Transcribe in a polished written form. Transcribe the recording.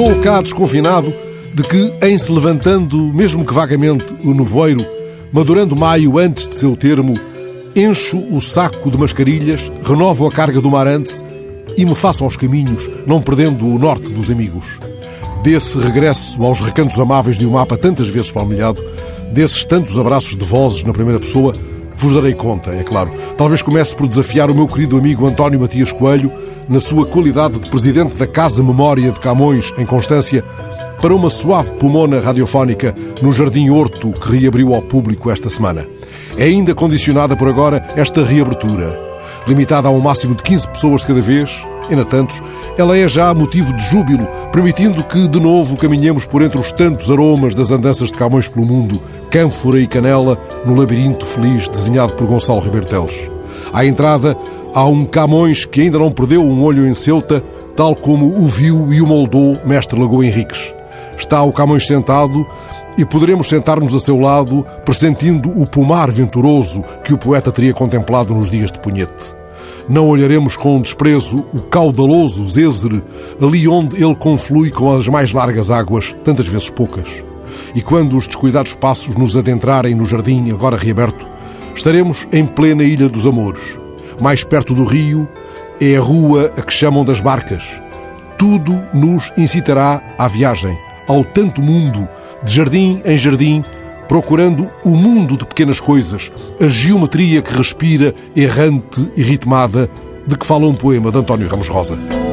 Estou cá desconfinado de que, em se levantando, mesmo que vagamente, o nevoeiro, madurando maio antes de seu termo, encho o saco de mascarilhas, renovo a carga do Marantz e me faço aos caminhos, não perdendo o norte dos amigos. Desse regresso aos recantos amáveis de um mapa tantas vezes palmilhado, desses tantos abraços de vozes na primeira pessoa, vos darei conta, é claro. Talvez comece por desafiar o meu querido amigo António Matias Coelho, na sua qualidade de presidente da Casa Memória de Camões, em Constância, para uma suave pomona radiofónica no Jardim Horto que reabriu ao público esta semana. É ainda condicionada por agora esta reabertura. Limitada a um máximo de 15 pessoas de cada vez, ainda tantos, ela é já motivo de júbilo, permitindo que, de novo, caminhemos por entre os tantos aromas das andanças de Camões pelo mundo, cânfora e canela, no labirinto feliz desenhado por Gonçalo Ribeiro Teles. À entrada, há um Camões que ainda não perdeu um olho em Ceuta, tal como o viu e o moldou mestre Lagoa Henriques. Está o Camões sentado e poderemos sentar-nos a seu lado, pressentindo o pomar venturoso que o poeta teria contemplado nos dias de punhete. Não olharemos com desprezo o caudaloso Zézere, ali onde ele conflui com as mais largas águas, tantas vezes poucas. E quando os descuidados passos nos adentrarem no jardim, agora reaberto, estaremos em plena Ilha dos Amores. Mais perto do rio é a rua a que chamam das Barcas. Tudo nos incitará à viagem, ao tanto mundo, de jardim em jardim, procurando o mundo de pequenas coisas, a geometria que respira, errante e ritmada, de que fala um poema de António Ramos Rosa.